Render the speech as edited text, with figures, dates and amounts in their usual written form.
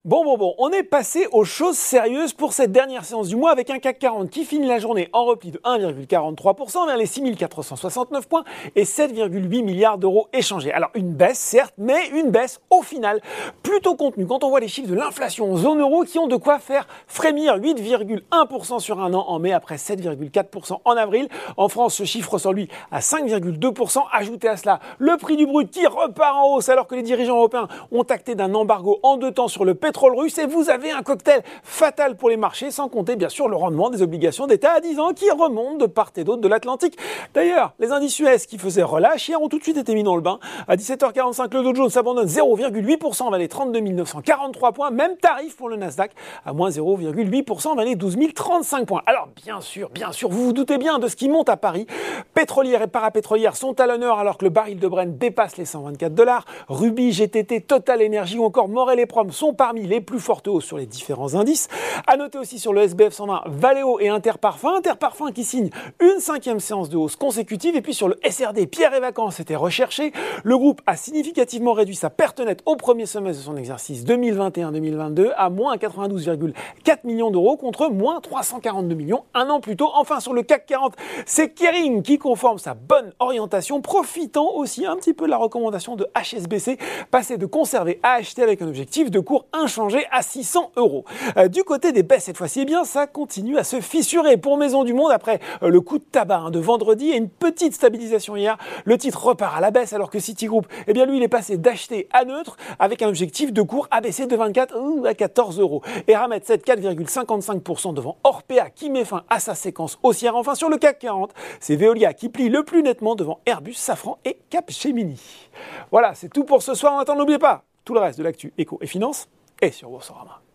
Bon, on est passé aux choses sérieuses pour cette dernière séance du mois avec un CAC 40 qui finit la journée en repli de 1,43% vers les 6469 points et 7,8 milliards d'euros échangés. Alors une baisse certes, mais une baisse au final plutôt contenue quand on voit les chiffres de l'inflation en zone euro qui ont de quoi faire frémir. 8,1% sur un an en mai après 7,4% en avril. En France, ce chiffre ressort lui à 5,2%. Ajoutez à cela le prix du brut qui repart en hausse alors que les dirigeants européens ont acté d'un embargo en 2 temps sur le pétrole russe et vous avez un cocktail fatal pour les marchés, sans compter bien sûr le rendement des obligations d'État à 10 ans qui remontent de part et d'autre de l'Atlantique. D'ailleurs, les indices US qui faisaient relâche hier ont tout de suite été mis dans le bain. À 17h45, le Dow Jones s'abandonne 0,8% vers les 32 943 points. Même tarif pour le Nasdaq à moins 0,8% vers les 12 035 points. Alors bien sûr, vous vous doutez bien de ce qui monte à Paris. Pétrolières et parapétrolières sont à l'honneur alors que le baril de Brent dépasse les $124. Ruby, GTT, Total Energy ou encore Morel et Prom sont parmi les plus fortes hausses sur les différents indices. À noter aussi sur le SBF 120, Valeo et Interparfums qui signe une 5e séance de hausse consécutive. Et puis sur le SRD, Pierre et Vacances était recherché. Le groupe a significativement réduit sa perte nette au premier semestre de son exercice 2021-2022 à moins 92,4 millions d'euros contre moins 342 millions un an plus tôt. Enfin sur le CAC 40, c'est Kering qui conforme sa bonne orientation, profitant aussi un petit peu de la recommandation de HSBC, passer de conserver à acheter avec un objectif de cours inchangé à 600 euros. Du côté des baisses cette fois-ci, eh bien ça continue à se fissurer pour Maison du Monde après le coup de tabac de vendredi et une petite stabilisation hier. Le titre repart à la baisse alors que Citigroup, eh bien lui il est passé d'acheter à neutre avec un objectif de cours abaissé de 24 à 14 euros. Eramet cède 4,55% devant Orpea qui met fin à sa séquence haussière. Enfin sur le CAC 40, c'est Veolia qui plie le plus nettement devant Airbus, Safran et Capgemini. Voilà, c'est tout pour ce soir. En attendant, n'oubliez pas tout le reste de l'actu éco et finance est sur Boursorama.